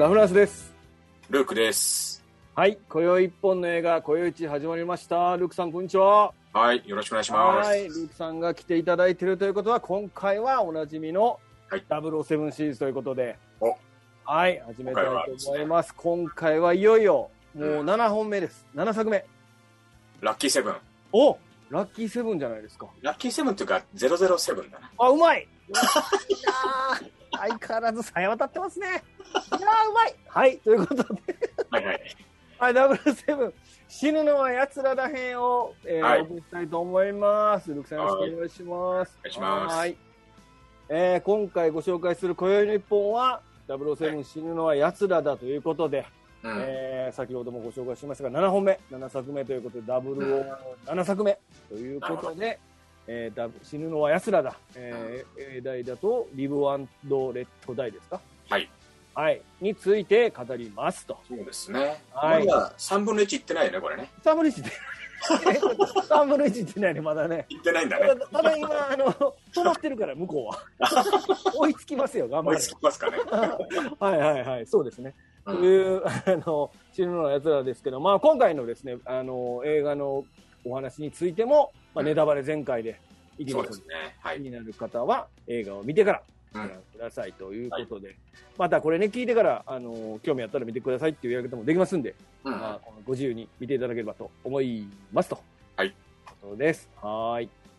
ラフランスです。 ルークです。 はい、今宵一本の映画、今宵一始まりました。ルークさん、こんにちは。 はい、よろしくお願いします。 はい、ルークさんが来ていただいているということは、今回はおなじみの007シリーズということで、はい、始めたいと思います。今回はいよいよ、もう7本目です。7作目。 ラッキーセブン。 お、ラッキーセブンじゃないですか。 ラッキーセブンっていうか、007だな。 あ、うまい。いや相変わらずさえ渡ってますね。いやー、うまい。はい、ということで。 はいはい。 はい、007、死ぬのは奴らだ編を、 はい、 お送りしたいと思います。ルークさん、よろしくお願いします。 お願いします。 はい。今回ご紹介する今宵の一本は、007、死ぬのは奴らだということで、先ほどもご紹介しましたが、7本目、7作目ということで、007作目ということで、死ぬのは奴らだ。英題だと、リブ&レッドダイですか？ はい。 はい。について語りますと。 そうですね。 はい。 まだ3分の1いってないよね、これね。 3分の1いってない。3分の1いってないね、まだね。 いってないんだね。 まだ今、止まってるから、向こうは。追いつきますよ、頑張れ。 追いつきますかね。 はいはいはい、そうですね。という、死ぬのは奴らですけど、まあ今回のですね、映画のお話についても、まあネタバレ全開でいきますので、気になる方は映画を見てから、ご覧くださいということで、またこれね、聞いてから、興味あったら見てくださいっていうやり方もできますんで、まあ、ご自由に見ていただければと思いますと。 はい。 そうです。はい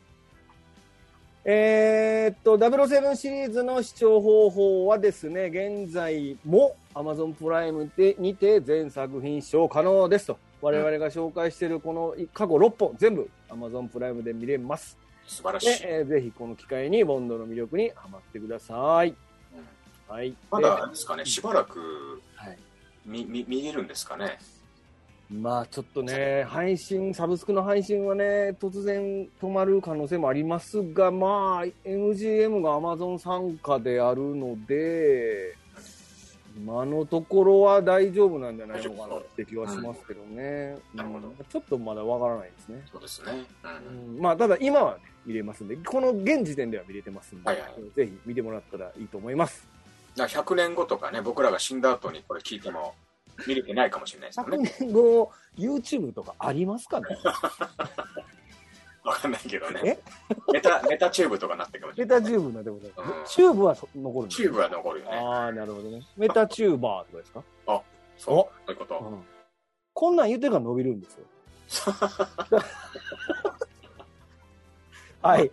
。007シリーズの視聴方法はですね、現在も Amazon プライムにて全作品視聴可能ですと。我々が紹介しているこの過去6本、全部 Amazon プライムで見れます。 素晴らしい。 ぜひこの機会にボンドの魅力にハマってください。 はい。まだですかね、しばらく見れるんですかね。 まあちょっとね、サブスクの配信はね、突然止まる可能性もありますが、まあ MGM が Amazon 参加であるので、今のところは大丈夫なんじゃないのかなって気はしますけどね。 なるほど。 ちょっとまだわからないですね。 そうですね。 まあただ今は、ね、見れますんで、この現時点では見れてますんで、ぜひ見てもらったらいいと思います。 100年後とかね、僕らが死んだ後にこれ聞いても見れてないかもしれないですよね。 100年後 YouTube とかありますかね。 わかんないけどね。メタチューブとかなってるかもしれない。 メタチューブになってことですか。チューブは残るんですか。 チューブは残るよね。 ああ、なるほどね。メタチューバーとかですか。 あ、そういうこと。 こんなん言ってから伸びるんですよ。はい。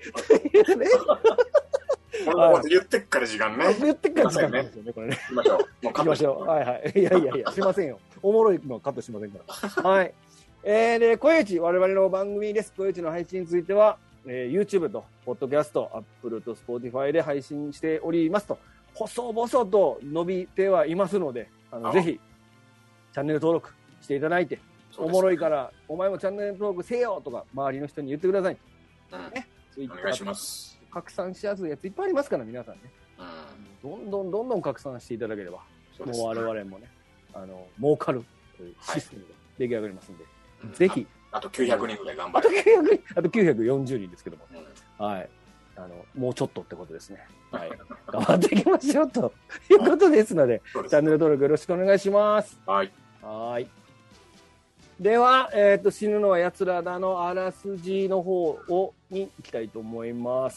このまま言ってっから時間ね。 言ってっから時間ですよね、これね。 行きましょう。 行きましょう。はいはい。いや、しませんよ。おもろいのはカットしませんから。はい。で、声打ち、我々の番組です。声打ちの配信については、YouTube と、Podcast、Apple と Spotify で配信しておりますと、細々と伸びてはいますので、ぜひ、チャンネル登録していただいて、おもろいから、お前もチャンネル登録せよとか、周りの人に言ってください。 ね。お願いします。 拡散しやすいやついっぱいありますから、皆さんね。どんどん拡散していただければ、もう我々もね、儲かるというシステムが出来上がりますんで、ぜひ。 あと900人ぐらい頑張る。 あと940人ですけども。はい。もうちょっとってことですね。はい。頑張っていきましょうということですので、チャンネル登録よろしくお願いします。 はい。 はい。では、死ぬのは奴らだのあらすじの方に行きたいと思います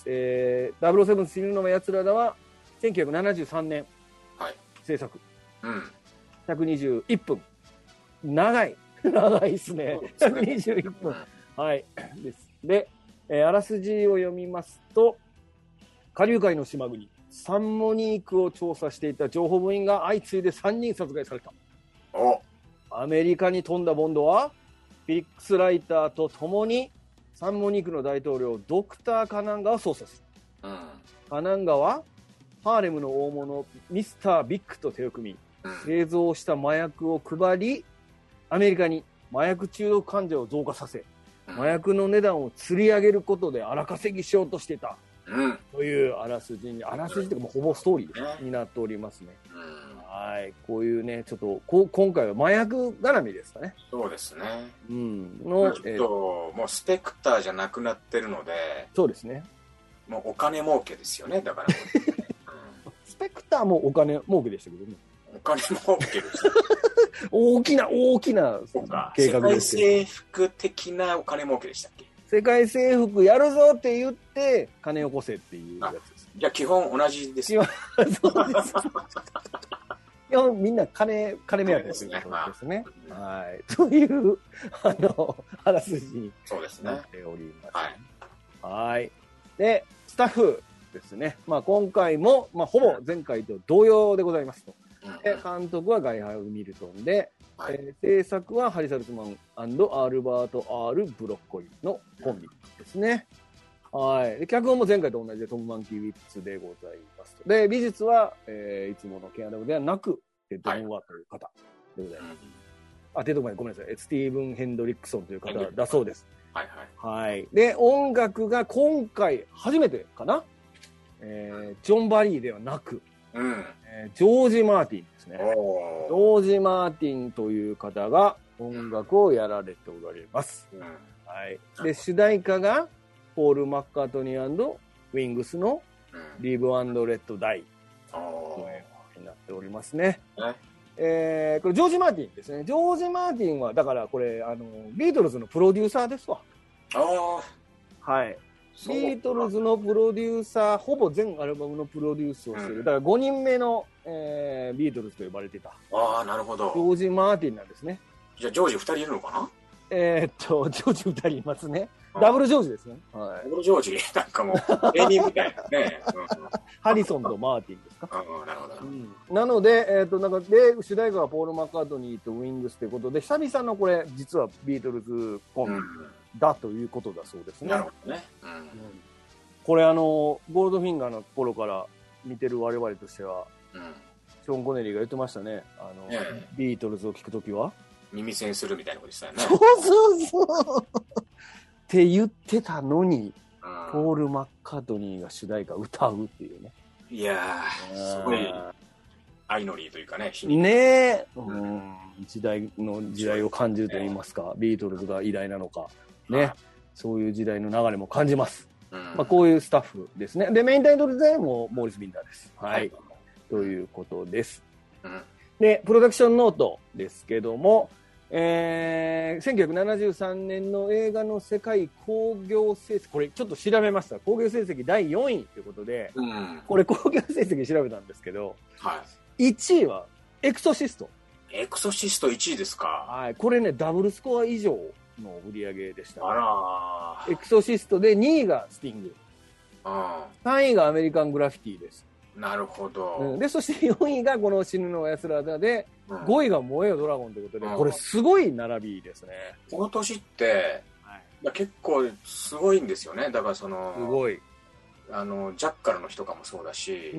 。007死ぬのは奴らだは、1973年制作。121分。長いですね。121分。はい。です。で、あらすじを読みますと、下流界の島国、サンモニークを調査していた情報部員が相次いで3人殺害された。アメリカに飛んだボンドは、フィリックス・ライターと共にサンモニークの大統領、ドクター・カナンガを捜査する。カナンガは、ハーレムの大物、ミスター・ビッグと手を組み、製造した麻薬を配り、アメリカに麻薬中毒患者を増加させ、麻薬の値段を釣り上げることで荒稼ぎしようとしていた。というあらすじというか、もうほぼストーリーになっておりますね。はい、こういうね、ちょっと今回は麻薬絡みですかね。 そうですね。 ちょっともうスペクターじゃなくなってるので、 そうですね。 もうお金儲けですよね、だから。 スペクターもお金儲けでしたけどね。 お金儲ける。 大きな計画です。 世界征服的なお金儲けでしたっけ？ 世界征服やるぞって言って、金をこせっていうやつです。 じゃあ基本同じです。 そうです。基本みんな金目当てということですね。はい。という、あらすじになっております。はい。で、スタッフですね。今回も、ほぼ前回と同様でございますと。で、監督はガイ・ハイ・ミルトンで、制作はハリ・サルツマン&アルバート・ R ・ブロッコリーのコンビですね。はい。で、脚本も前回と同じでトム・マンキー・ウィッツでございますと。で、美術は、いつものケアダムではなく、テッド・モアという方でございます。テッド・モアごめんなさい。スティーブン・ヘンドリックソンという方だそうです。はい。で、音楽が今回初めてかな、ジョン・バリーではなく、ジョージ・マーティンですね。ジョージ・マーティンという方が音楽をやられておられます。はい。で、主題歌がポール・マッカートニー&ウィングスのリブ・アンド・レッド・ダイになっておりますね。これジョージ・マーティンですね。ジョージ・マーティンはだからこれビートルズのプロデューサーですわ。はい。ビートルズのプロデューサー、ほぼ全アルバムのプロデュースをする。だから5人目の、ビートルズと呼ばれてた。 なるほど。 ジョージ・マーティンなんですね。 じゃあジョージ2人いるのかな？ ジョージ2人いますね。ダブルジョージですね。 ダブルジョージなんかもう、芸人みたいなね。 ハリソンとマーティンですか？ なるほど。 なので、で、主題歌はポール・マッカートニーとウィングスということで、久々のこれ、実はビートルズコンビだということだそうですね。 なるほどね。 これゴールドフィンガーの頃から見てる我々としては、ショーン・コネリーが言ってましたね。ビートルズを聴くときは耳栓するみたいなことでしたよね。 そうって言ってたのに、ポール・マッカートニーが主題歌歌うっていうね。 いやー、すごい相乗りというかね。 ねえ、時代を感じると言いますか、ビートルズが偉大なのかね、そういう時代の流れも感じます。こういうスタッフですね。で、メインタイトルでもモーリス・ビンダーです。はい。ということです。で、プロダクションノートですけども、1973年の映画の世界興行成績、これちょっと調べました。興行成績第4位ということで、これ興行成績調べたんですけど、1位はエクソシスト。 エクソシスト1位ですか？ はい。これね、ダブルスコア以上の売り上げでした、ね。エクソシストで2位がスティング。3位がアメリカングラフィティです。 なるほど。 で、そして4位がこの死ぬのは奴らだで、5位が燃えよドラゴンということで、これすごい並びですね。 この年って、結構すごいんですよね。だからすごい。 ジャッカルの日とかもそうだし、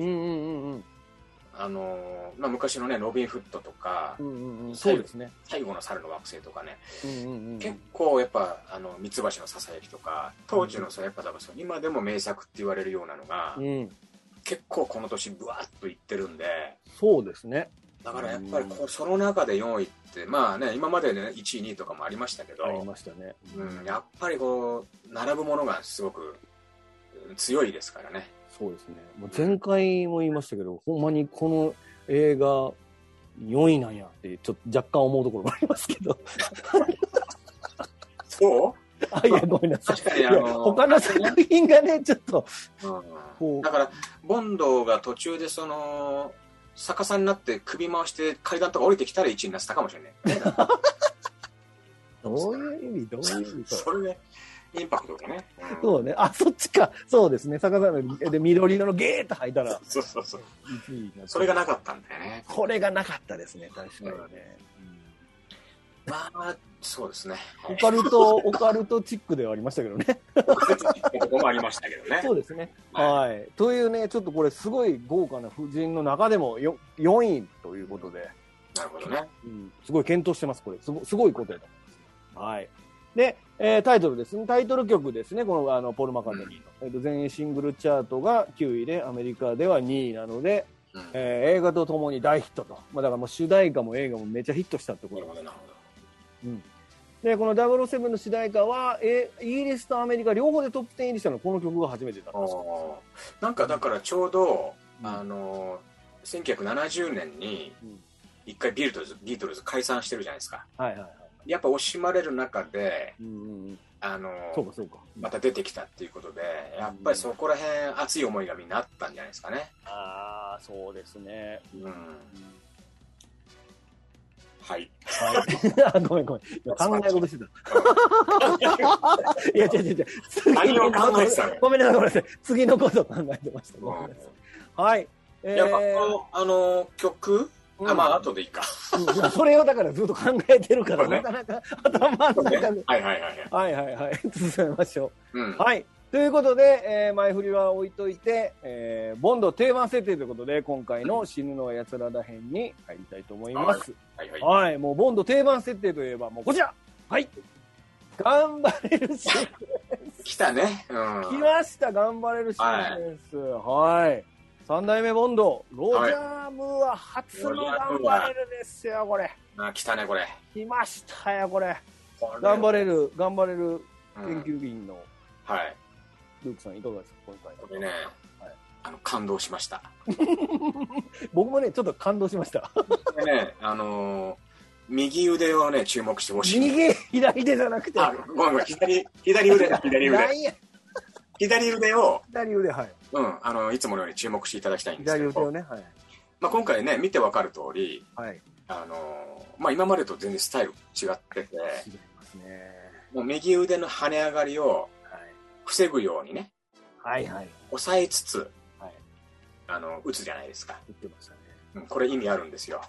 昔のね、ロビン・フットとか、 そうですね。 最後の猿の惑星とかね、結構やっぱ、ミツバチのささやきとか、当時のやっぱ今でも名作って言われるようなのが、結構この年ブワーッといってるんで、 そうですね。 だからやっぱりその中で4位って、まあね、今までね、1位、2位とかもありましたけど、 ありましたね。 やっぱり並ぶものがすごく強いですからね。 そうですね。もう前回も言いましたけど、ほんまにこの映画4位なんやってちょっと若干思うところもありますけど。 そう？ いや、ごめんなさい。 確かに他の作品がね、ちょっと。 だから、ボンドが途中で逆さになって首回して階段とか降りてきたら1位になってたかもしれない。 どういう意味それで、インパクトがね。 そうね。そっちか。そうですね。逆さで緑色のゲーッと入ったら。 そう。それがなかったんだよね。 これがなかったですね。確かにね。 まあ、そうですね。 オカルトチックではありましたけどね。 ここもありましたけどね。 そうですね。はい。というね、ちょっとこれすごい豪華な夫人の中でも4位ということで。 なるほどね。 すごい検討してます、これ。すごいことやと思います。はい。で、タイトルですね。タイトル曲ですね。このポール・マカートニーの。全英シングルチャートが9位で、アメリカでは2位なので、映画とともに大ヒットと。だからもう主題歌も映画もめちゃヒットしたってことです。なるほど。で、この007の主題歌は、イギリスとアメリカ両方でトップ10入りしたのはこの曲が初めてだったんですよ。 なんかだからちょうど、 1970年に一回ビートルズ解散してるじゃないですか。 はいはいはい。 やっぱ惜しまれる中で、 そうか。 また出てきたっていうことで、やっぱりそこら辺熱い思いがみんなあったんじゃないですかね。 ああ、そうですね。 はい。 はい。ごめん。考え事してた。いや、違う。 何を考えてたの？ ごめんなさい。次のことを考えてました。はい。 やっぱこの曲、まあ後でいいか。 それをだからずっと考えてるから、なかなか頭の中で。はい。進めましょう。はい。ということで、前振りは置いといて、ボンド定番設定ということで、今回の死ぬのは奴らだ編に入りたいと思います。はい。もうボンド定番設定といえば、もうこちら。はい。頑張れるシークエンス。 来たね。 来ました、頑張れるシークエンス。はい。3代目ボンド、ロジャー・ムーア初の頑張れるですよ、これ。 来たね、これ。 来ましたよ、これ。頑張れる研究員の。 はい。 ルークさんいかがですか、今回。 これね、感動しました。 僕もね、ちょっと感動しました。 これね、右腕をね、注目してほしい。左手じゃなくて。 ごめん、左腕。左腕を、 はい。 いつものように注目していただきたいんですけど。 左腕をね、はい。 まあ今回ね、見てわかる通り、 はい。 まあ今までと全然スタイル違ってて、 違いますね。 もう右腕の跳ね上がりを防ぐようにね、押さえつつ、打つじゃないですか。 打ってましたね。 これ意味あるんですよ。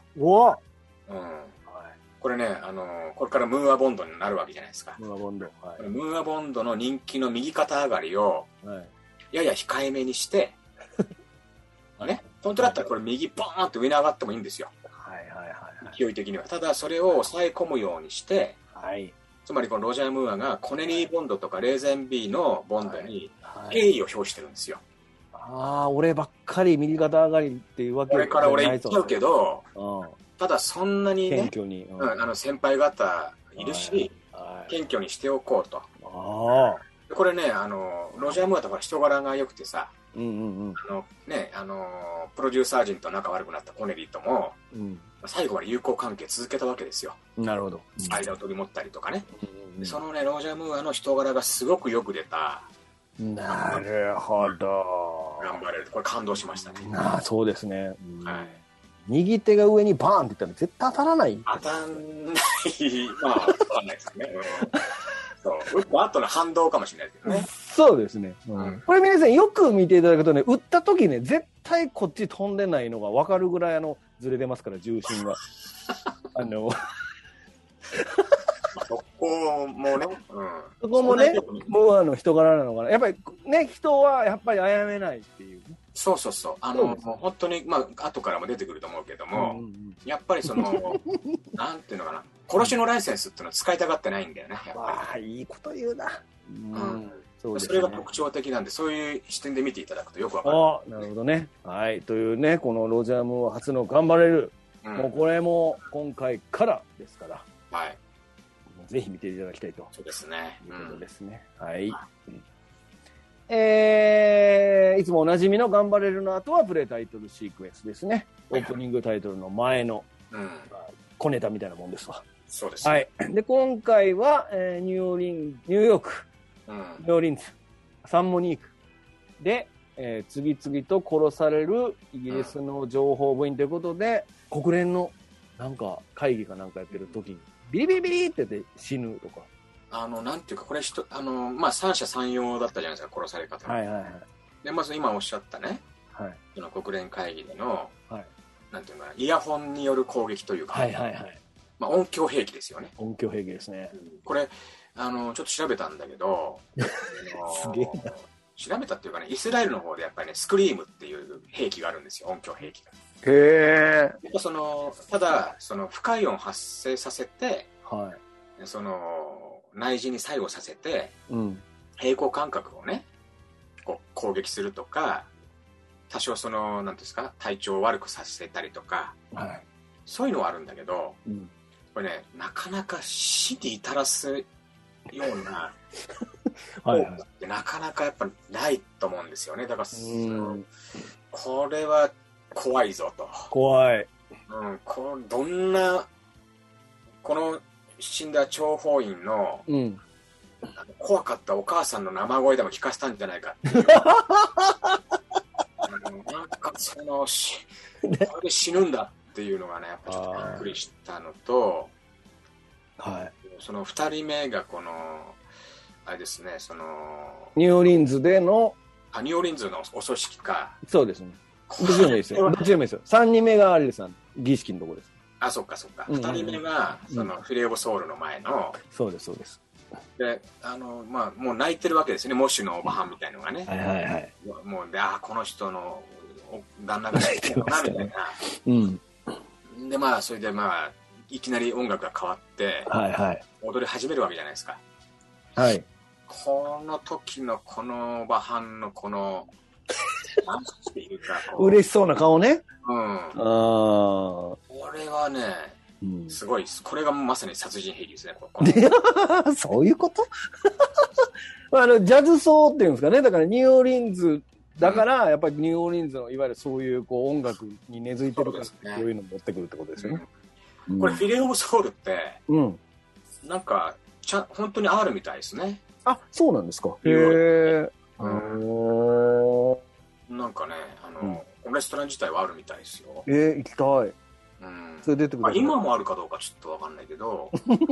これね、これからムーアボンドになるわけじゃないですか。 ムーアボンド。 ムーアボンドの人気の右肩上がりを、やや控えめにして、ね、本当だったらこれ右ボーンって上に上がってもいいんですよ。勢い的には。ただそれを抑え込むようにして、つまりこのロジャー・ムーアがコネリー・ボンドとかレーゼン B のボンドに敬意を表してるんですよ。 俺ばっかり右肩上がりっていうわけじゃない。 これから俺言っちゃうけど、ただそんなにね、先輩方いるし、謙虚にしておこうと。これね、ロジャー・ムーアとか人柄が良くてさ、プロデューサー陣と仲悪くなったコネリーとも、最後まで友好関係続けたわけですよ。 なるほど。 間を取り持ったりとかね。そのね、ロジャー・ムーアの人柄がすごくよく出た。 なるほど。 頑張れる。これ感動しましたね。 そうですね。右手が上にバーンっていったら絶対当たらない。 当たんない。まあ、当たらないですね。打った後の反動かもしれないですけどね。 そうですね。これ皆さんよく見ていただくとね、打った時ね、絶対こっち飛んでないのが分かるぐらいずれてますから、重心が。 そこもね、 そこもね、ムーアの人柄なのかな。やっぱりね、人はやっぱり殺めないっていう。 そう。本当に、まあ、後からも出てくると思うけども、やっぱりなんていうのかな、殺しのライセンスっていうのは使いたがってないんだよね、やっぱり。 いいこと言うな。 それが特徴的なんで、そういう視点で見ていただくとよくわかる。 なるほどね。はい。というね、このロジャー・ムーア初の頑張れる。もうこれも今回からですから。 はい。 ぜひ見ていただきたいと。 そうですね。 いうことですね。はい。いつもおなじみの頑張れるの後はプレイタイトルシークエンスですね。オープニングタイトルの前の小ネタみたいなもんですわ。 そうです。 はい。で、今回は、ニューオーリンズ、サンモニークで、次々と殺されるイギリスの情報部員ということで、国連のなんか会議かなんかやってる時にビリビリビリって言って死ぬとか。 なんていうか、これまあ、三者三様だったじゃないですか、殺され方。で、まず今おっしゃったね、その国連会議での、なんていうかな、イヤホンによる攻撃というか、まあ、音響兵器ですよね。 音響兵器ですね。 これ、ちょっと調べたんだけど、 すげえな。 調べたっていうかね、イスラエルの方でやっぱりね、スクリームっていう兵器があるんですよ、音響兵器が。 へえ。 ただ、不快音発生させて、内耳に作用させて、平衡感覚をね、こう攻撃するとか、多少なんていうんですか、体調を悪くさせたりとか、そういうのはあるんだけど、これね、なかなか死に至らすような効果ってなかなかやっぱないと思うんですよね。だから、これは怖いぞと。 怖い。 どんな、この死んだ諜報員の、怖かったお母さんの生声でも聞かせたんじゃないかっていう。なんかこれで死ぬんだっていうのがね、やっぱちょっとびっくりしたのと、その2人目があれですね、 ニューオーリンズでの、 ニューオーリンズのお葬式か。 そうですね。どっちでもいいですよ。どっちでもいいですよ。3人目があれです、儀式のところです。 そっか。2人目が、フィレ・オブ・ソウルの前の。 そうです。 で、もう泣いてるわけですよね、モッシュのおばはんみたいのがね。もう、で、この人の旦那が泣いてるな、みたいな。で、それでいきなり音楽が変わって、踊り始めるわけじゃないですか。この時のこのおばはんのなんていうか嬉しそうな顔ね。 これはね、すごいです。これがまさに殺人兵器ですね。 そういうことジャズソーっていうんですかね。だからニューオーリンズだから、やっぱりニューオーリンズのいわゆるそういう音楽に根付いてるから、そういうのを持ってくるってことですよね。 これフィレ・オブ・ソウルって、なんか本当にあるみたいですね。 そうなんですか。へえ。 なんかね、レストラン自体はあるみたいですよ。 行きたい。それ出てくる。 今もあるかどうかちょっとわかんないけど。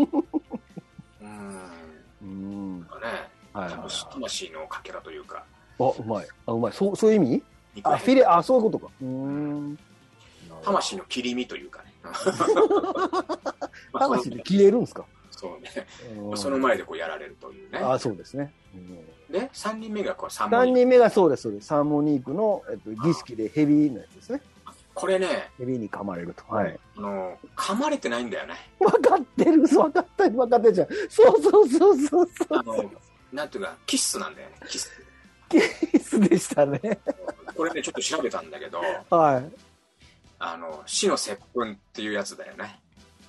魂のかけらというか。 うまい。そういう意味？フィレ、そういうことか。 魂の切り身というかね。 魂で切れるんですか？ そうね。その前でやられるというね。 そうですね。 で、3人目がサンモニーク。3人目がそうです。サンモニークの儀式でヘビーのやつですね。 これね、 ヘビーに噛まれると。 噛まれてないんだよね。 分かってるじゃん。そう。 なんていうか、キッスなんだよね。キスでしたね。 これね、ちょっと調べたんだけど、死の接吻っていうやつだよね。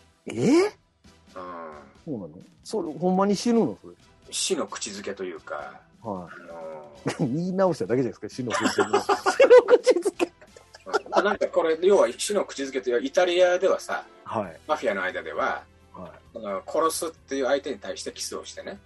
そうなの？それ、ほんまに死ぬの？それ。 死の口づけというか、 言い直しただけじゃないですか、死の口づけ。死の口づけ。 なんかこれ、要は死の口づけというイタリアではさ、マフィアの間では、殺すっていう相手に対してキスをしてね、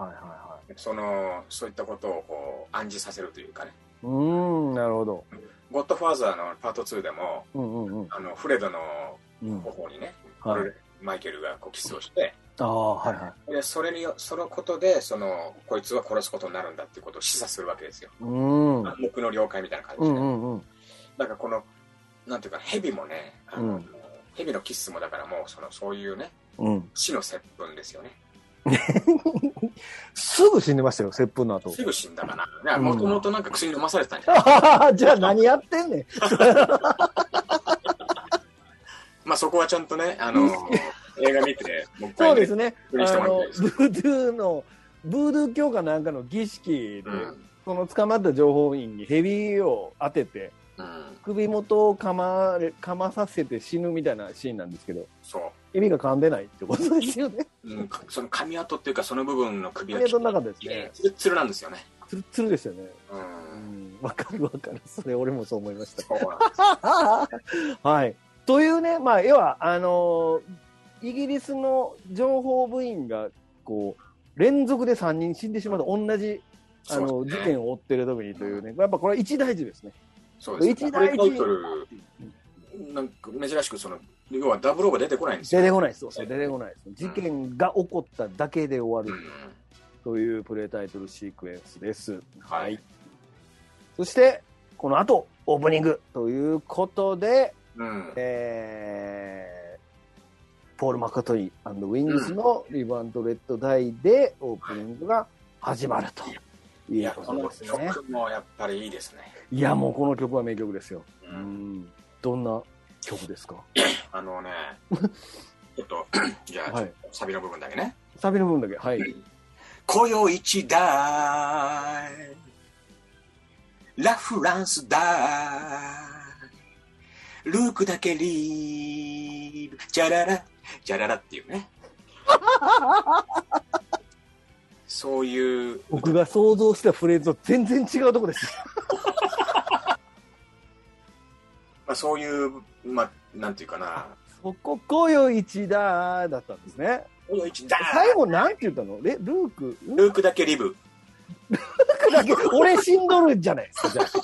そういったことを暗示させるというかね。 なるほど。 ゴッドファーザーのパート2でも、フレドの方にね、マイケルがキスをして、でそのことでこいつは殺すことになるんだっていうことを示唆するわけですよ。暗黙の了解みたいな感じで、だからなんていうか蛇もね、蛇のキスもだからもうそういうね、死の接吻ですよね。 すぐ死んでましたよ、接吻の後。 すぐ死んだかな。もともとなんか薬飲まされてたんじゃない？ じゃあ何やってんねん。 そこはちゃんとね、映画見て、もう一回、 そうですね。ブードゥー教かなんかの儀式で、その捕まった情報員に蛇を当てて、首元を噛まさせて死ぬみたいなシーンなんですけど、蛇が噛んでないってことですよね。 その噛み跡っていうか、その部分の首が噛み跡の中ですね。 ツルツルなんですよね。 ツルツルですよね。わかる。それ俺もそう思いました。はい。というね、要は、イギリスの情報部員が、連続で3人死んでしまうと、同じ、事件を追ってる時にというね、やっぱこれは一大事ですね。 そうですね。これタイトル、なんか珍しく要は00が出てこないんですよ。 出てこないです。出てこないです。事件が起こっただけで終わるというプレイタイトルシークエンスです。はい。そして、この後、オープニングということで、ポール・マッカートニー&ウィングスのリブ&レッド・ダイでオープニングが始まるということですね。 この曲もやっぱりいいですね。 いや、もうこの曲は名曲ですよ。どんな曲ですか？ ちょっと、じゃあ、サビの部分だけね。 サビの部分だけ、はい。 今宵一台ラフランスだルークだけリーブジャララジャララっていうねそういう僕が想像したフレーズと全然違うとこですまあ、そういう、まあ、なんていうかな。 そこ、こよいちだだったんですね。 こよいちだ最後なんて言ったの？ルークだけリブ。 ルークだけ、俺死んどるんじゃないですか、じゃあ。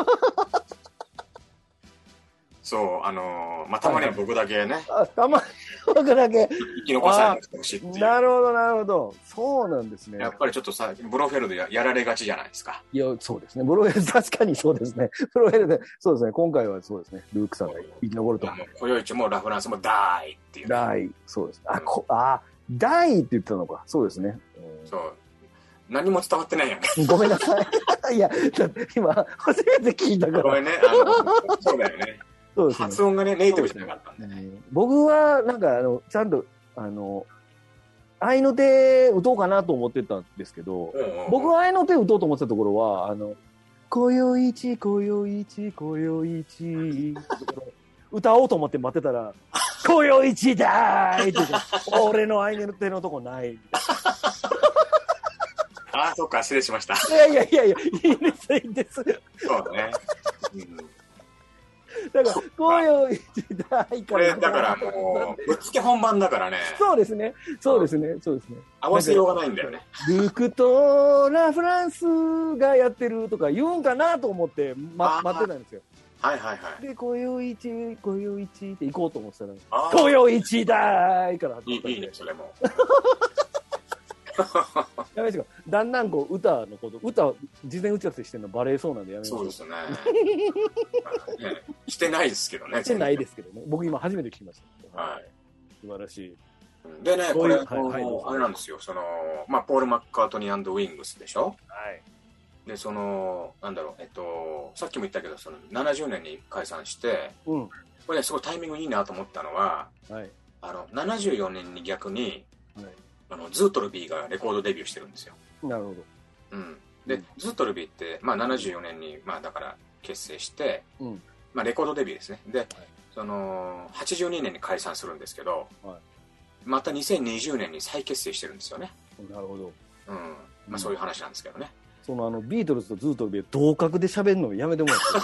そう、まあ、たまには僕だけね。 たまに僕だけ。 生き残さないでほしいっていう。 なるほど、なるほど。そうなんですね。 やっぱりちょっとさ、ブロフェルドやられがちじゃないですか。 いや、そうですね。ブロフェルド、確かにそうですね。ブロフェルド、そうですね。今回はそうですね。ルークさんが生き残ると。 コヨイチもラフランスもダイっていう、ね。 ダイ、そうです。ダイって言ってたのか。そうですね。 そう。何も伝わってないやん。 ごめんなさい。いや、だって今、初めて聞いたから。 ごめんね。そうだよね。そうですね。発音がね、ネイティブじゃなかったんでね。 僕は、なんか、ちゃんと、愛の手打とうかなと思ってたんですけど、僕は愛の手打とうと思ってたところは、こよいち、こよいち、こよいち、歌おうと思って待ってたら、こよいちだーいって言って、俺の愛の手のとこないみたいな。 ああ、そっか、失礼しました。 いや、いいです、いいです。 そうだね。 だから、こういう時代これ、だからもう、ぶっつけ本番だからね。 そうですね。そうですね。そうですね。 合わせようがないんだよね。 ルークとラ・フランスがやってるとか言うんかなと思って、待ってたんですよ。 はいはいはい。 で、こよいちって行こうと思ってたら、こよいちだーいから始まった。 いいね、それも。 やめてください。だんだんこう歌のこと、事前打ち合わせしてるのバレそうなんでやめましょう。 そうですね。してないですけどね。 してないですけどね。僕今初めて聞きました。 はい。 素晴らしい。 でね、これ、あれなんですよ。まあ、ポール・マッカートニー&ウィングスでしょ。 はい。 で、なんだろう、さっきも言ったけど、70年に解散して、これね、すごいタイミングいいなと思ったのは、74年に逆に、ズートルビーがレコードデビューしてるんですよ。 なるほど。で、ズートルビーって、まあ、74年に、まあ、だから結成して、まあ、レコードデビューですね。で、82年に解散するんですけど、また2020年に再結成してるんですよね。 なるほど。 まあ、そういう話なんですけどね。 ビートルズとズートルビー同格で喋るのやめてもらっていい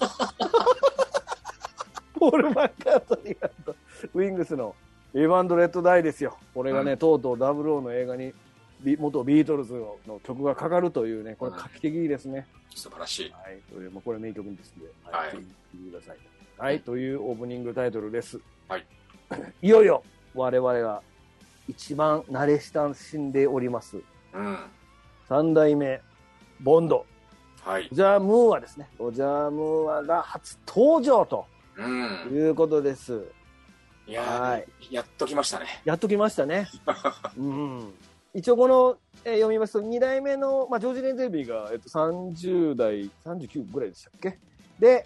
ポール・マッカートニーとウィングスのリバンド・レッド・ダイですよ。これがね、とうとう00の映画に元ビートルズの曲がかかるというね、これ画期的ですね。 素晴らしい。 はい。これ名曲ですので、はい。聞いてください。はい。というオープニングタイトルです。はい。いよいよ、我々が一番慣れ親しんでおります。3代目、ボンド。はい。ロジャー・ムーアですね。ロジャー・ムーアが初登場ということです。 いやー、やっときましたね。 やっときましたね。一応この、読みますと、2代目の、ジョージ・レンゼルビーが、30代、39ぐらいでしたっけで、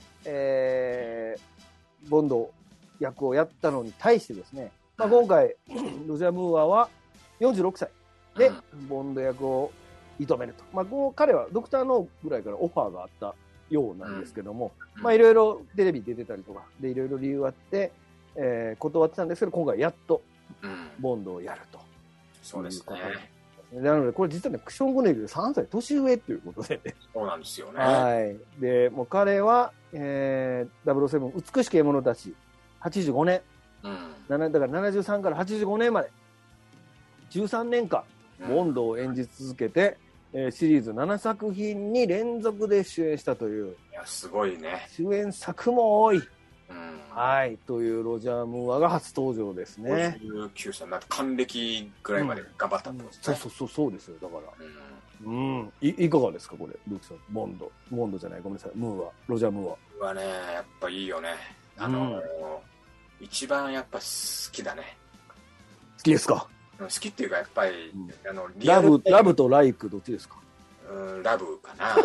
ボンド役をやったのに対してですね、今回、ロジャー・ムーアは46歳で、ボンド役を射止めると。彼はドクター・ノーぐらいからオファーがあったようなんですけども、いろいろテレビ出てたりとか、で、いろいろ理由あって、断ってたんですけど、今回やっと、ボンドをやると。 そうですね。 なので、これ実はね、クション・ゴネルで3歳年上っていうことでね。 そうなんですよね。 はい。で、もう彼は、007美しき獲物たち、85年。だから73から85年まで、13年間、ボンドを演じ続けて、シリーズ7作品に連続で主演したという。 いや、すごいね。 主演作も多い。はい。というロジャー・ムーアが初登場ですね。 59歳になって還暦ぐらいまで頑張ったってことですね。 そうですよ。だから。いかがですか、これ、ルークさん。ボンドじゃない、ごめんなさい。ムーア、ロジャー・ムーア。 はね、やっぱいいよね。一番やっぱ好きだね。 好きですか？ 好きっていうか、やっぱり、 ラブとライクどっちですか？ ラブかな。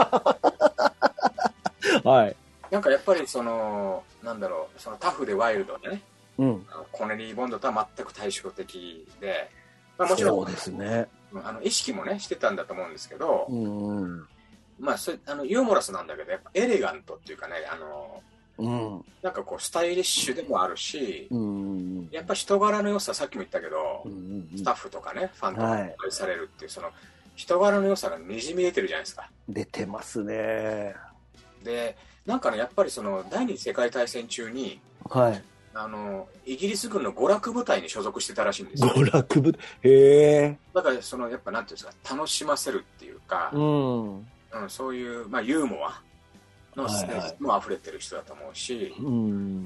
はい。 なんかやっぱりなんだろう、タフでワイルドでね、コネリー・ボンドとは全く対照的で、もちろん、 そうですね。 意識もね、してたんだと思うんですけど、まあ、ユーモラスなんだけど、やっぱエレガントっていうかね、なんかこう、スタイリッシュでもあるし、やっぱ人柄の良さ、さっきも言ったけど、スタッフとかね、ファンとかに愛されるっていう、人柄の良さがにじみ出てるじゃないですか。 出てますね。 で、なんかね、やっぱりその、第二次世界大戦中に、 はい。 イギリス軍の娯楽部隊に所属してたらしいんですよ。 娯楽部、へえ。 だから、その、やっぱなんていうんですか、楽しませるっていうか、 うん。 そういう、まあ、ユーモアのステージも溢れてる人だと思うし、 うん。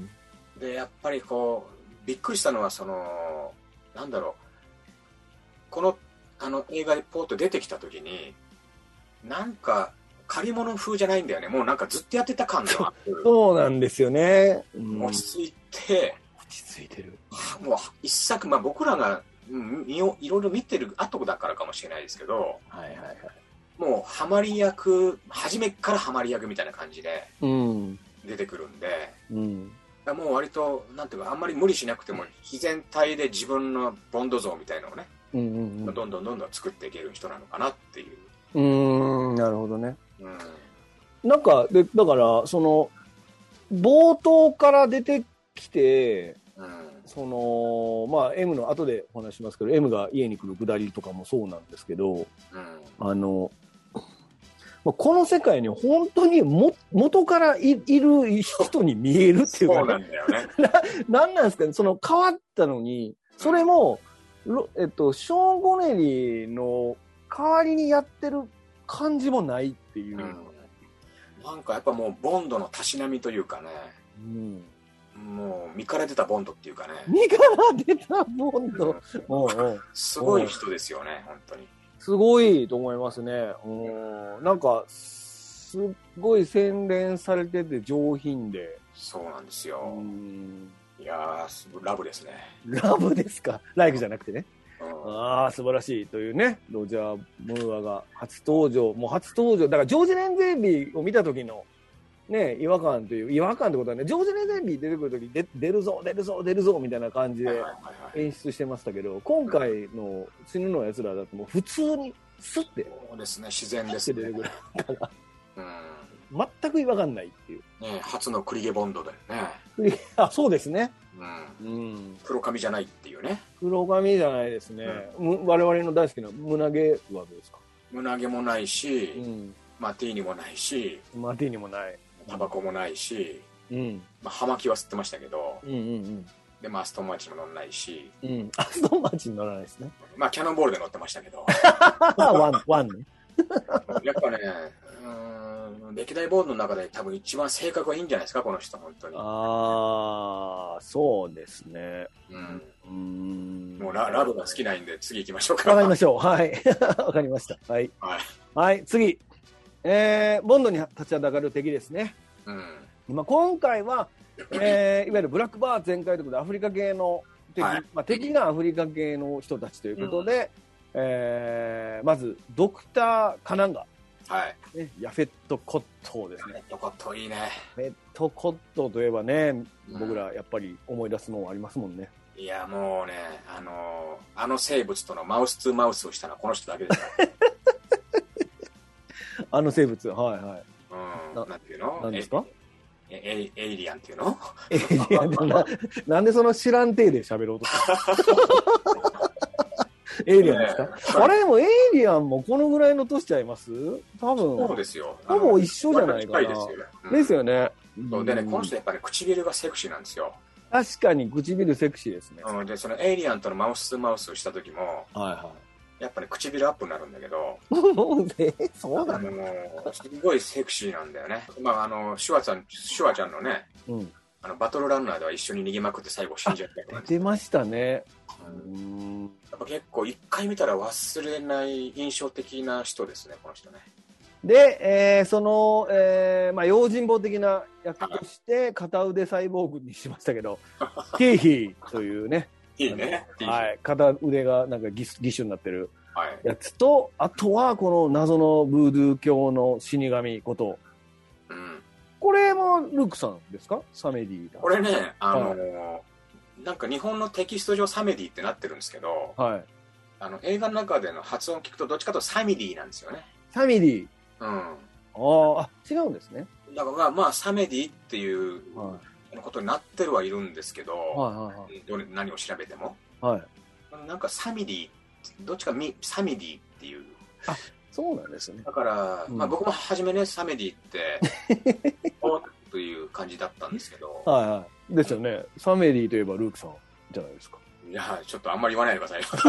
で、やっぱりこう、びっくりしたのは、その、なんだろう、この、映画でポーッと出てきたときに、なんか、借り物風じゃないんだよね。もうなんかずっとやってた感がある。 そうなんですよね。 落ち着いて、 落ち着いてる。 もう一作、まあ僕らが、いろいろ見てる後だからかもしれないですけど、 はいはいはい。 もうハマり役、初めからハマり役みたいな感じで出てくるんで、もう割と、なんていうか、あんまり無理しなくても、自然体で自分のボンド像みたいなのをね、どんどん作っていける人なのかなっていう。 なるほどね。なんか、だから、その、冒頭から出てきて、その、まあ、M の後でお話しますけど、M が家に来るくだりとかもそうなんですけど、この世界に本当に元からいる人に見えるっていうか、ね、 そうなんだよね。 なんなんですかね、その変わったのに、それも、ショーン・ゴネリーの代わりにやってる感じもないっていう。 なんかやっぱもうボンドのたしなみというかね、もう身から出たボンドっていうかね。 身から出たボンド。 すごい人ですよね、本当に。 すごいと思いますね。なんか、すっごい洗練されてて上品で。 そうなんですよ。いやー、ラブですね。 ラブですか。ライクじゃなくてね。ああ、素晴らしいというね。ロジャー・ムーアが初登場。もう初登場。だからジョージ・レンゼンビーを見た時のね、違和感ってことはね、ジョージ・レンゼンビー出てくる時に出るぞみたいな感じで演出してましたけど、今回の死ぬのやつらだともう普通にスッて。 そうですね、自然ですね。出てくるから。 全く違和感ないっていう。 ね、初のクリゲボンドだよね。あ、そうですね。 黒髪じゃないっていうね。 黒髪じゃないですね。我々の大好きな胸毛はどうですか？ 胸毛もないし、マティーニもないし、タバコもないし、葉巻は吸ってましたけど、で、アストンマーチンも乗らないし、 アストンマーチン乗らないですね。 キャノンボールで乗ってましたけど。 ワンね。 やっぱね、歴代ボールの中で多分一番性格がいいんじゃないですか、この人、本当に。 ああ、そうですね。 もうラブが好きないんで、次行きましょうか。 わかりましょう。はい。わかりました。はい。はい、次。ボンドに立ちはだかる敵ですね。今回は、いわゆるブラックバー全開ということで、アフリカ系の敵、敵がアフリカ系の人たちということで、まず、ドクター・カナンガ。ヤフェット・コットーですね。 ヤフェット・コットーいいね。 ヤフェット・コットーといえばね、僕らやっぱり思い出すのありますもんね。 いや、もうね、生物とのマウス2マウスをしたのはこの人だけですから。 生物、はいはい。 なんていうの？ 何ですか？ エイリアンっていうの？ エイリアンってなんでその知らん体で喋ろうとしたエイリアンですか？あれでもエイリアンもこのぐらいの年ちゃいます？多分。 そうですよ。 ほぼ一緒じゃないかな。ですよね。 でね、この人やっぱり唇がセクシーなんですよ。 確かに唇セクシーですね。 で、そのエイリアンとのマウス2マウスをした時も、やっぱり唇アップになるんだけど、 そうなの？ すごいセクシーなんだよね。シュワちゃんのね、バトルランナーでは一緒に逃げまくって最後死んじゃったりとか。 出ましたね。 やっぱ結構一回見たら忘れない印象的な人ですね、この人ね。 で、その、用心棒的な役として片腕サイボーグにしましたけど、ティーヒーというね。 いいね。 はい。片腕がなんかギッシュになってるやつと、あとはこの謎のブードゥー教の死神こと。これもルークさんですか？サメディだ。 これね、なんか日本のテキスト上サメディってなってるんですけど、映画の中での発音聞くとどっちかというとサミディなんですよね。サミディ。違うんですね。だからサメディっていうことになってるはいるんですけど、何を調べても、なんかサミディ、どっちかサミディっていう。 そうなんですね。 だから、まあ僕も初めね、サメディって、おっという感じだったんですけど。 はいはい。ですよね。サメディといえばルークさんじゃないですか。 いや、ちょっとあんまり言わないでくださいよ。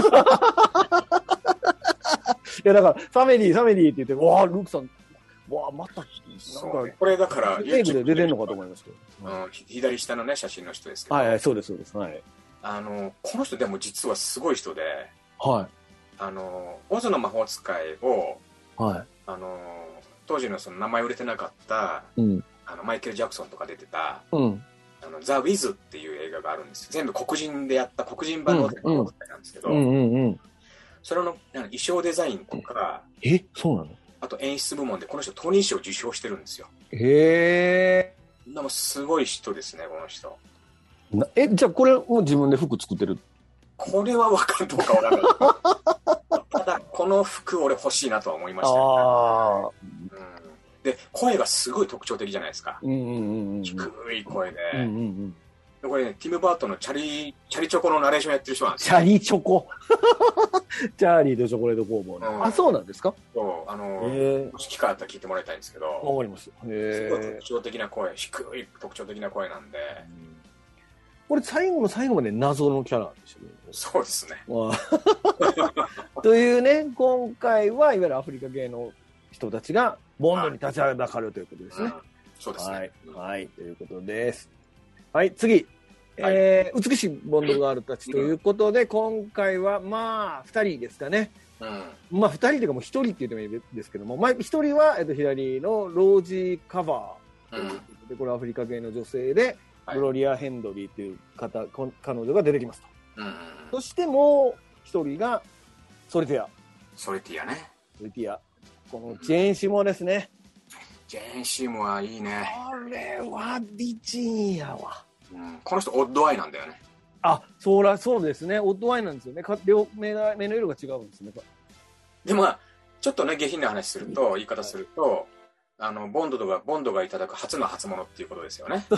いや、だから、サメディって言って、わあ、ルークさん、わあ、また、なんか、 これだから、 メイクで出てんのかと思いますけど。 左下のね、写真の人ですけど。 はいはい、そうです、そうです。はい。 この人でも実はすごい人で、 はい。 オズの魔法使いを、 はい。 当時のその名前売れてなかった、 うん。 マイケル・ジャクソンとか出てた、 うん。 ザ・ウィズっていう映画があるんですよ。全部黒人でやった黒人版の魔法使いなんですけど、それの衣装デザインとか、 そうなの？ あと演出部門でこの人トニー賞を受賞してるんですよ。 へー。でもすごい人ですね、この人。 じゃあこれも自分で服作ってる？ これは分かるどうか分からない。ただ、この服俺欲しいなとは思いましたね。で、声がすごい特徴的じゃないですか。低い声で。これね、ティム・バートンのチャリチョコのナレーションやってる人なんですよ。 チャリチョコチャーリーとチョコレート工房の。あ、そうなんですか？ そう、もし機会あったら聞いてもらいたいんですけど。 わかります。すごい特徴的な声、低い特徴的な声なんで。 これ最後の最後まで謎のキャラでしたね。 そうですね。 というね、今回はいわゆるアフリカ系の人たちがボンドに立ちはだかるということですね。 そうですね。 はい、ということです。はい、次。美しいボンドガールたちということで、今回はまあ、2人ですかね。まあ、2人というかもう1人って言ってもいいですけども、まあ、1人は、左のロージー・カバーということで、これはアフリカ系の女性で、グロリア・ヘンドリーという彼女が出てきますと。そしてもう1人が、ソリティア。 ソリティアね。 ソリティア。このジェーン・シモアですね。 ジェーン・シモアいいね。 これは美人やわ。 この人オッドアイなんだよね。 あ、そうですね。オッドアイなんですよね。両目の色が違うんですね。 でも、ちょっとね、下品な話すると、言い方すると、ボンドがいただく初の初物っていうことですよね。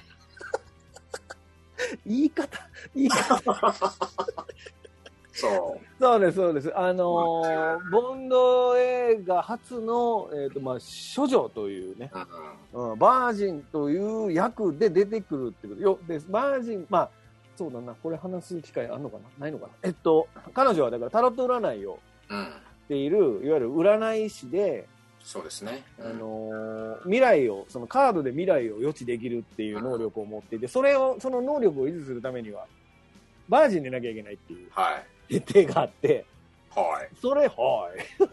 言い方。 そうです。ボンド映画初の、処女というね、バージンという役で出てくるってことで、バージン、まあ、そうだな、これ話す機会あんのかなないのかな彼女はだからタロット占いをしている、いわゆる占い師で、 そうですね。 未来を、そのカードで未来を予知できるっていう能力を持っていて、その能力を維持するためには、バージンでなきゃいけないっていう設定があって、それを、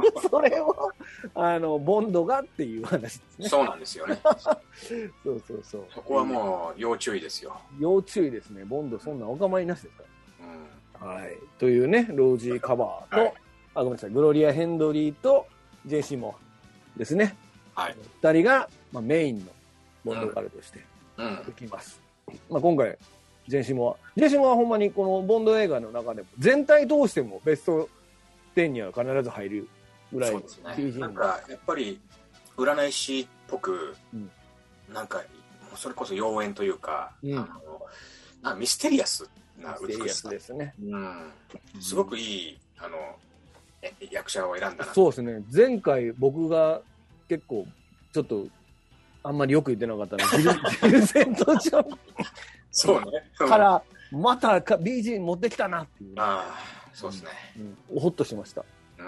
ボンドがっていう話ですね。 そうなんですよね。 そう。 そこはもう要注意ですよ。 要注意ですね。ボンドそんなお構いなしですから。はい。というね、ロージー・カバーと、ごめんなさい、グロリア・ヘンドリーとジェシーモアですね。二人が、メインのボンドガールとしてできます。今回、ジェシーモアはほんまにこのボンド映画の中でも全体通してもベスト10には必ず入るぐらい。 そうですね。なんかやっぱり占い師っぽく、なんかそれこそ妖艶というか、ミステリアスな美しさですね。 すごくいい役者を選んだな。 そうですね。前回僕が結構ちょっとあんまりよく言ってなかったのジルセント・ジョンそうね。 からまた BG 持ってきたなっていう。 そうですね。 ほっとしました。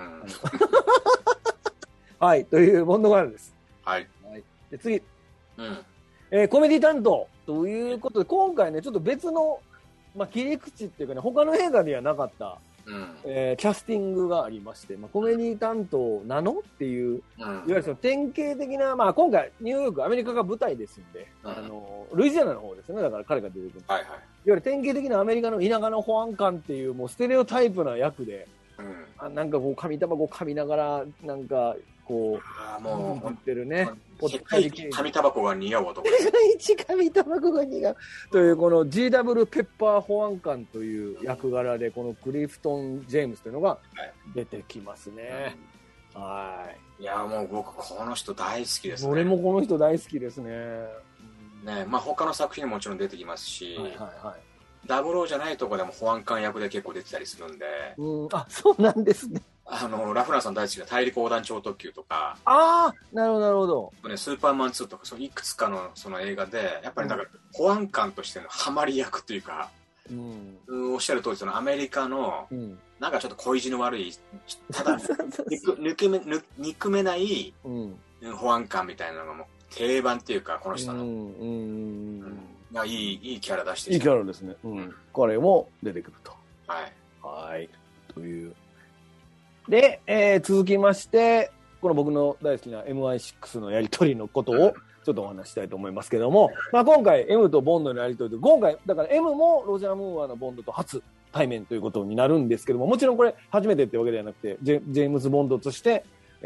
はい、というボンドガールです。 はい。 で次、コメディ担当ということで、今回ね、ちょっと別の、切り口っていうかね、他の映画にはなかった、キャスティングがありまして、コメディ担当なのっていう、いわゆるその典型的な、今回ニューヨーク、アメリカが舞台ですんで、ルイジアナの方ですね、だから彼が出てくる。いわゆる典型的なアメリカの田舎の保安官っていう、もうステレオタイプな役で、なんかこう、紙タバコ噛みながら、なんか、こう、もう、持ってるね。 紙タバコが似合う男。 紙タバコが似合う。という、この GW ペッパー保安官という役柄で、このクリフトン・ジェームスというのが出てきますね。 いや、もう僕、この人大好きですね。 俺もこの人大好きですね。 他の作品ももちろん出てきますし、ダブルオーじゃないとこでも保安官役で結構出てたりするんで。 そうなんですね。 ラフランさん大好きな大陸横断超特急とか、 ああ、なるほど、なるほど。 ね、スーパーマン2とか、そのいくつかのその映画で、やっぱりなんか保安官としてのハマり役というか、おっしゃる通り、そのアメリカの、なんかちょっと恋路の悪い、ただ憎めない、保安官みたいなのがもう定番っていうか、この人の。いいキャラ出していいキャラですね。彼も出てくると。 はい。 はい。という。で、続きまして、この僕の大好きな MI6 のやりとりのことをちょっとお話したいと思いますけども、まあ今回 M とボンドのやりとりで、今回、だから M もロジャー・ムーアのボンドと初対面ということになるんですけども、もちろんこれ初めてってわけではなくて、ジェームズ・ボンドとして、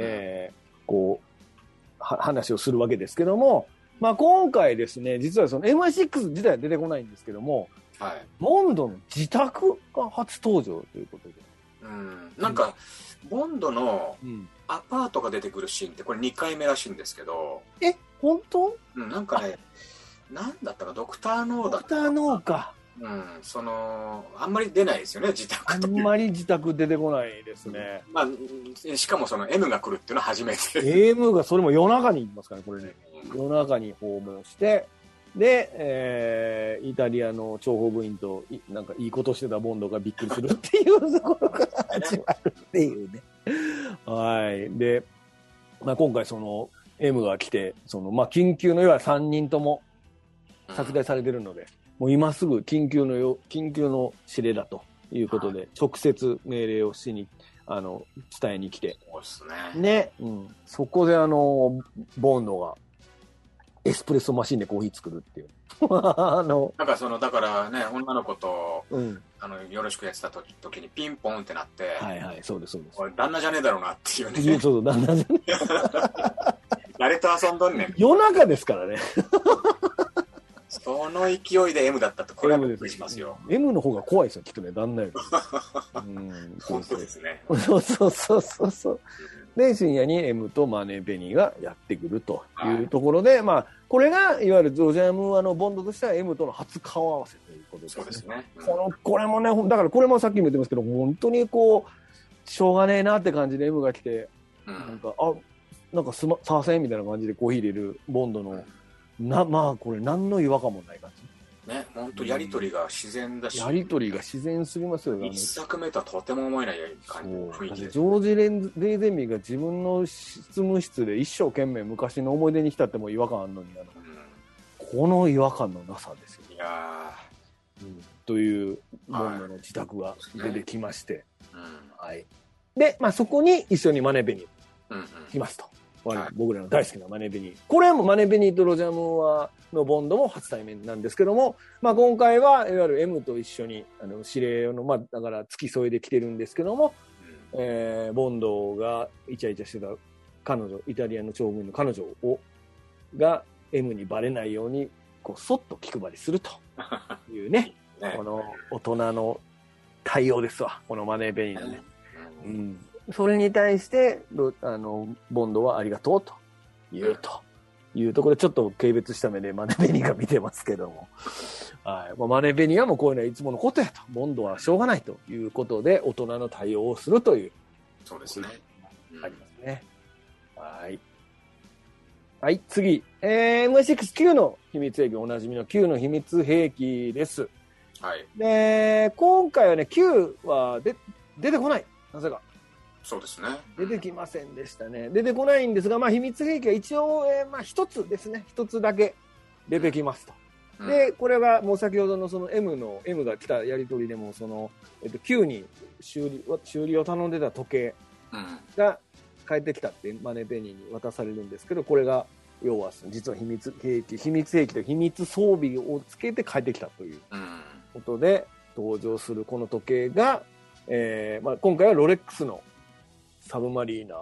話をするわけですけども、まあ今回ですね、実はその MI6 自体は出てこないんですけども、 はい、 ボンドの自宅が初登場ということで。 なんか、ボンドのアパートが出てくるシーンってこれ2回目らしいんですけど。 本当？ なんかね、なんだったか、ドクターノーだったか。 ドクターノーか。 あんまり出ないですよね、自宅と。 あんまり自宅出てこないですね。 まあ、しかもその M が来るっていうのは初めて。M がそれも夜中に行きますからね、これね。夜中に訪問して、で、イタリアの諜報部員となんかいいことしてたボンドがびっくりするっていうところから始まるっていうね。はい。で、まあ、今回その M が来て、まあ、緊急の要は3人とも殺害されてるので、もう今すぐ緊急の指令だということで、直接命令をしに、伝えに来て。 そうですね。 ね。そこでボンドが、エスプレッソマシンでコーヒー作るっていう。 なんかだからね、女の子と、よろしくやってた時にピンポンってなって、 はいはい、そうです、そうです。 俺、旦那じゃねえだろうなっていうね。 そう、旦那じゃねえ。 誰と遊んどんねん。 夜中ですからね。 その勢いで M だったと、これはびっくりしますよ。 M の方が怖いですよ、きっとね、旦那より。 本当ですね。 そう。で、深夜に M とマネー・ベニーがやってくるというところで、まあ、これが、いわゆるロジャー・ムーアのボンドとしては M との初顔合わせということですね。 そうですね。 これもね、だからこれもさっきも言ってますけど、本当にしょうがねえなって感じで M が来て、なんかすいませんみたいな感じでコーヒー入れるボンドの、まあ、これ何の違和感もない感じ。 ね、本当やりとりが自然だし、 やりとりが自然すぎますよね。 一作目とはとても思えない感じの雰囲気で。 ジョージ・レイゼンミーが自分の執務室で一生懸命昔の思い出に浸っても違和感あるのに、この違和感のなさですよ。 いやというボンドの自宅が出てきまして、はい。で、まあそこに一緒にマネー・ベニー来ますと。僕らの大好きなマネー・ベニー。これもマネー・ベニーとロジャー・ムーアのボンドも初対面なんですけども、まあ今回はいわゆる M と一緒に指令の、まあだから付き添いで来てるんですけども、ボンドがイチャイチャしてた彼女、イタリアの長軍の彼女が M にバレないように、そっと気配りするというね、この大人の対応ですわ、このマネー・ベニーのね。それに対して、ボンドはありがとうと言うというところで、ちょっと軽蔑した目でマネー・ベニーが見てますけども。はい。マネー・ベニーはもうこういうのはいつものことやと。ボンドはしょうがないということで、大人の対応をするという。 そうですね。 ありますね。はい。はい、次。MI6-9 の秘密兵器、おなじみの9の秘密兵器です。 はい。 で、今回はね、9は出てこない。なぜか。 そうですね。 出てきませんでしたね。出てこないんですが、まあ、秘密兵器は一応、まあ、一つですね。一つだけ出てきますと。で、これがもう先ほどのその M が来たやりとりでも、9に修理を頼んでた時計が帰ってきたってマネー・ベニーに渡されるんですけど、これが、要は実は秘密兵器と秘密装備をつけて帰ってきたということで登場するこの時計が、まあ、今回はロレックスのサブマリーナ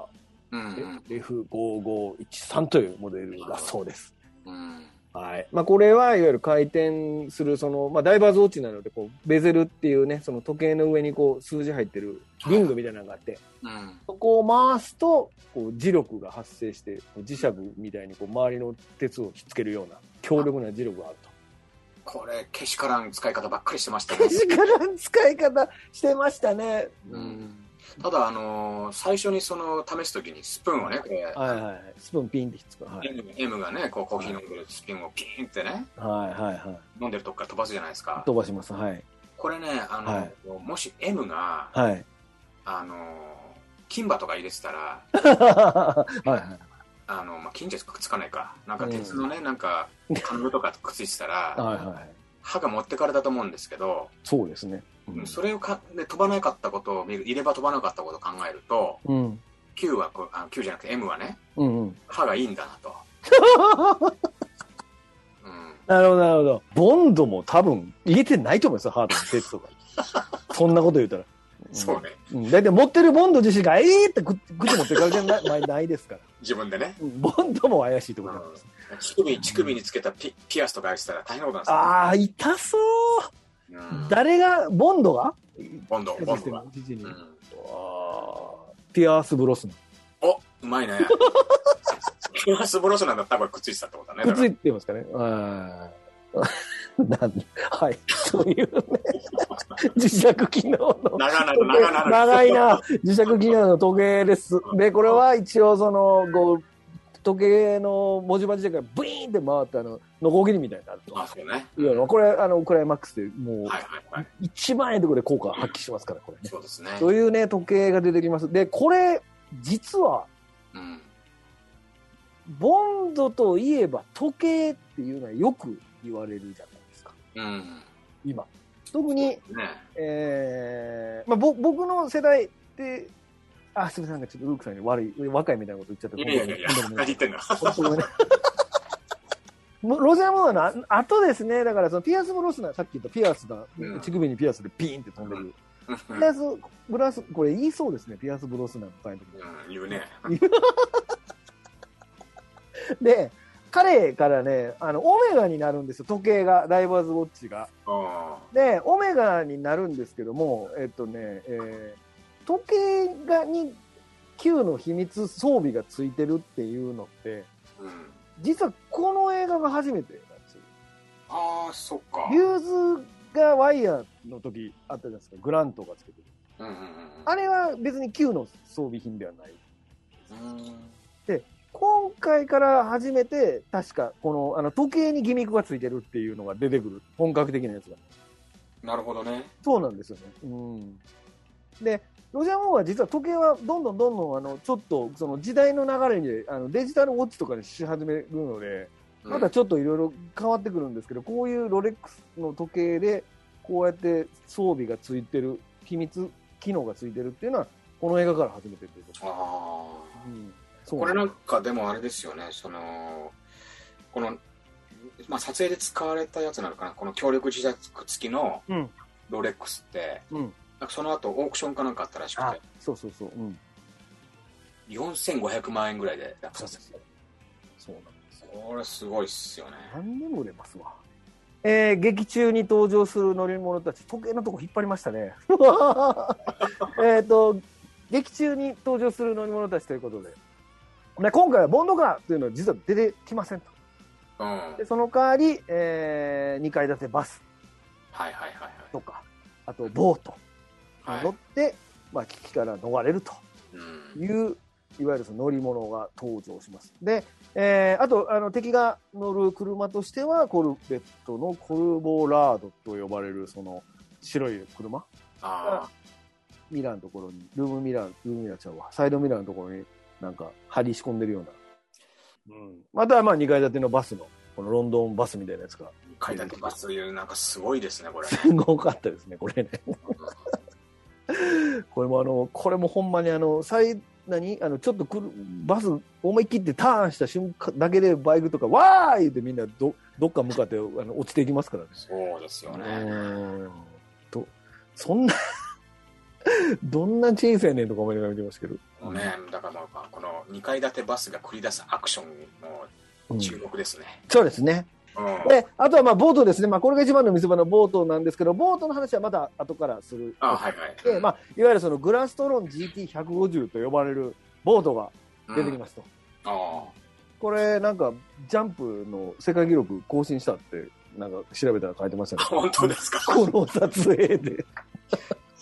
F5513 というモデルだそうです。はい。まあ、これはいわゆる回転するまあ、ダイバーズウォッチなので、ベゼルっていうね、その時計の上に数字入ってるリングみたいなのがあって、そこを回すと、磁力が発生して、磁石みたいに周りの鉄をひっつけるような強力な磁力があると。 これ、けしからん使い方ばっかりしてましたね。 けしからん使い方してましたね。 ただ、最初に試すときにスプーンをね、 はいはい。スプーンピンってひっつく。はい、 M がね、コーヒー飲んでるスピンをピーンってね、 はいはいはい。 飲んでるとこから飛ばすじゃないですか。 飛ばします。はい。 これね、もし M が、 はい。 金歯とか入れてたら、 はいはい。 金じゃくっつかないか。なんか鉄のね、なんか、金具とかくっついてたら、 はいはい。 歯が持ってかれたと思うんですけど、 そうですね。 それをで飛ばなかったことを見る、入れ歯飛ばなかったことを考えると、Q じゃなくて M はね、歯がいいんだなと。 なるほど、なるほど。ボンドも多分入れてないと思いますよ、ハートの鉄とか。そんなこと言うたら。 そうね。 だいたい持ってるボンド自身が、って口持ってかれてないですから。 自分でね。 ボンドも怪しいところなんです。 乳首につけたピアスとかやってたら大変なことなんですよ。 ああ、痛そう。誰が、ボンドがボンドが。 ピアースブロスナン。 お、うまいね。ピアースブロスナンだったらくっついてたってことだね。 くっついてますかね。はい。そういうね。磁石機能の。長いな。磁石機能の時計です。で、これは一応時計の文字盤自体がブイーンって回ってノコギリみたいになると。 あ、そうね。 これ、クライマックスでもう、一番いいところで効果発揮しますから、これね。 そうですね。 そういうね、時計が出てきます。で、これ、実は、ボンドといえば時計っていうのはよく言われるじゃないですか。今。特に、僕の世代って、すみません、ちょっとルークさんに若いみたいなこと言っちゃった。 いや、何言ってんのロジャー・モアの後ですね、だからピアス・ブロスナー、さっき言ったピアスが、乳首にピアスでピーンって飛んでる。ピアス・ブラス、これ言いそうですね、ピアス・ブロスナーのタイトル。 言うね。 で、彼からね、オメガになるんですよ、時計が、ダイバーズ・ウォッチが。で、オメガになるんですけども、時計に Q の秘密装備がついてるっていうのって、実はこの映画が初めてなんですよ。 ああ、そっか。 リューズがワイヤーの時あったじゃないですか、グラントがつけてる。あれは別に Q の装備品ではない。で、今回から初めて、確か、この、時計にギミックがついてるっていうのが出てくる。本格的なやつが。 なるほどね。 そうなんですよね。で、ロジャー・モーは実は時計はどんどんちょっとその時代の流れにデジタルウォッチとかにし始めるので、またちょっといろいろ変わってくるんですけど、こういうロレックスの時計でこうやって装備がついてる、秘密機能がついてるっていうのはこの映画から初めてということ。 これなんかでもあれですよね、この、撮影で使われたやつなのかな、この強力磁石付きのロレックスって、その後オークションかなんかあったらしくて、4500万円ぐらいで落札ですよ。そうなんです。これすごいっすよね。 何でも売れますわ。劇中に登場する乗り物たち、時計のとこ引っ張りましたね。劇中に登場する乗り物たちということで、今回はボンドカーというのは実は出てきませんと。でその代わり、2階建てバスとか、あとボート乗って、危機から逃れるという、いわゆるその乗り物が登場します。で、あと敵が乗る車としてはコルベットのコルボラードと呼ばれるその白い車がミラーのところにルームミラーちゃうわ、サイドミラーのところになんか張り仕込んでるような、また2階建てのバスのこのロンドンバスみたいなやつが 2階建てバスいうなんかすごいですね、これ。 すごかったですね、これね。これもほんまにちょっとバス思い切ってターンした瞬間だけでバイクとかわーいってみんなどっか向かって落ちていきますからね。 そうですよね。 そんなどんな人生ねんとか思いながら見てますけど。 だからこの2階建てバスが繰り出すアクションの注目ですね。 そうですね。で、あとはボートですね。これが一番の見せ場のボートなんですけど、ボートの話はまた後からする。いわゆるそのグラストロン GT150 と呼ばれるボートが出てきますと。これなんかジャンプの世界記録更新したってなんか調べたら書いてましたね。 本当ですか？ この撮影で。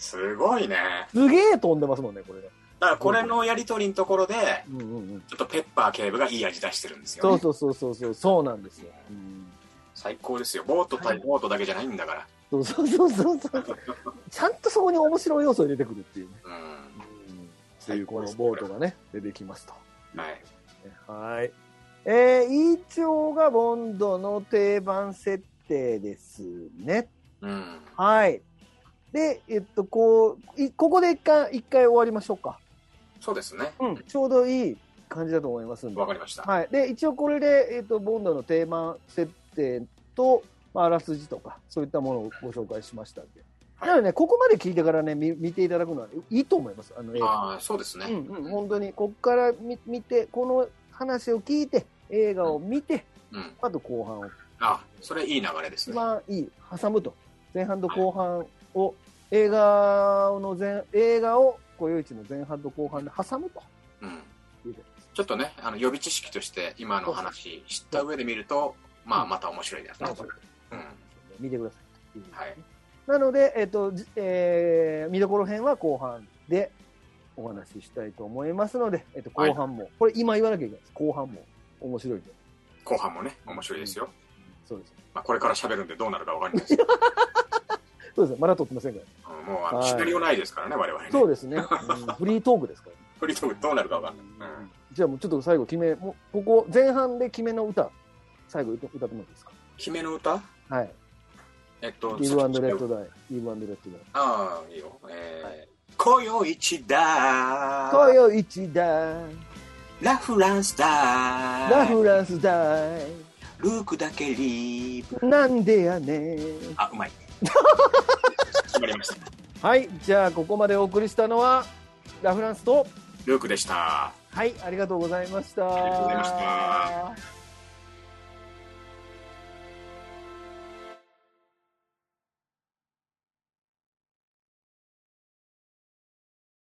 すごいね。 すげえ飛んでますもんね、これね。 だからこれのやり取りのところで、ちょっとペッパー警部がいい味出してるんですよね。 そうなんですよ。 最高ですよ。ボート対ボートだけじゃないんだから。 そうちゃんとそこに面白い要素を入れてくるっていうね。っていうこのボートがね、出てきますと。はい。一応がボンドの定番設定ですね。はい。で、ここで一回終わりましょうか。 そうですね。 ちょうどいい感じだと思いますんで。 わかりました。 はい。で、一応これで、ボンドの定番設定と、あらすじとか、そういったものをご紹介しましたんで。なのでね、ここまで聞いてからね、見ていただくのはいいと思います。 そうですね。 本当に、ここから見て、この話を聞いて、映画を見て、あと後半を。 それいい流れですね。 一番いい、挟むと。前半と後半を、映画を、小夜市の前半と後半で挟むと。 ちょっとね、予備知識として今の話知った上で見ると、また面白いですね。 見てください。 はい。 なので、見どころ編は後半でお話ししたいと思いますので、後半も、これ今言わなきゃいけないです。後半も面白いんで。 後半もね、面白いですよ。 そうです。 これから喋るんでどうなるかわかりません。 そうですね、まだ撮ってませんから。 もうシナリオないですからね、我々ね。 そうですね。フリートークですから。 フリートークどうなるかわかんない。 じゃあもうちょっと最後ここ前半で決めの歌、最後歌ってもらっていいですか？ 決めの歌？ はい。Live and Let Die。Live and Let Die。 いいよ。小夜市だ。 小夜市だ。 ラフランスだ。 ラフランスだ。 ルークだけリーブ。なんでやねん。 うまい。決まりました。 はい、じゃあここまでお送りしたのはラフランスとルークでした。 はい、ありがとうございました。 ありがとうございました。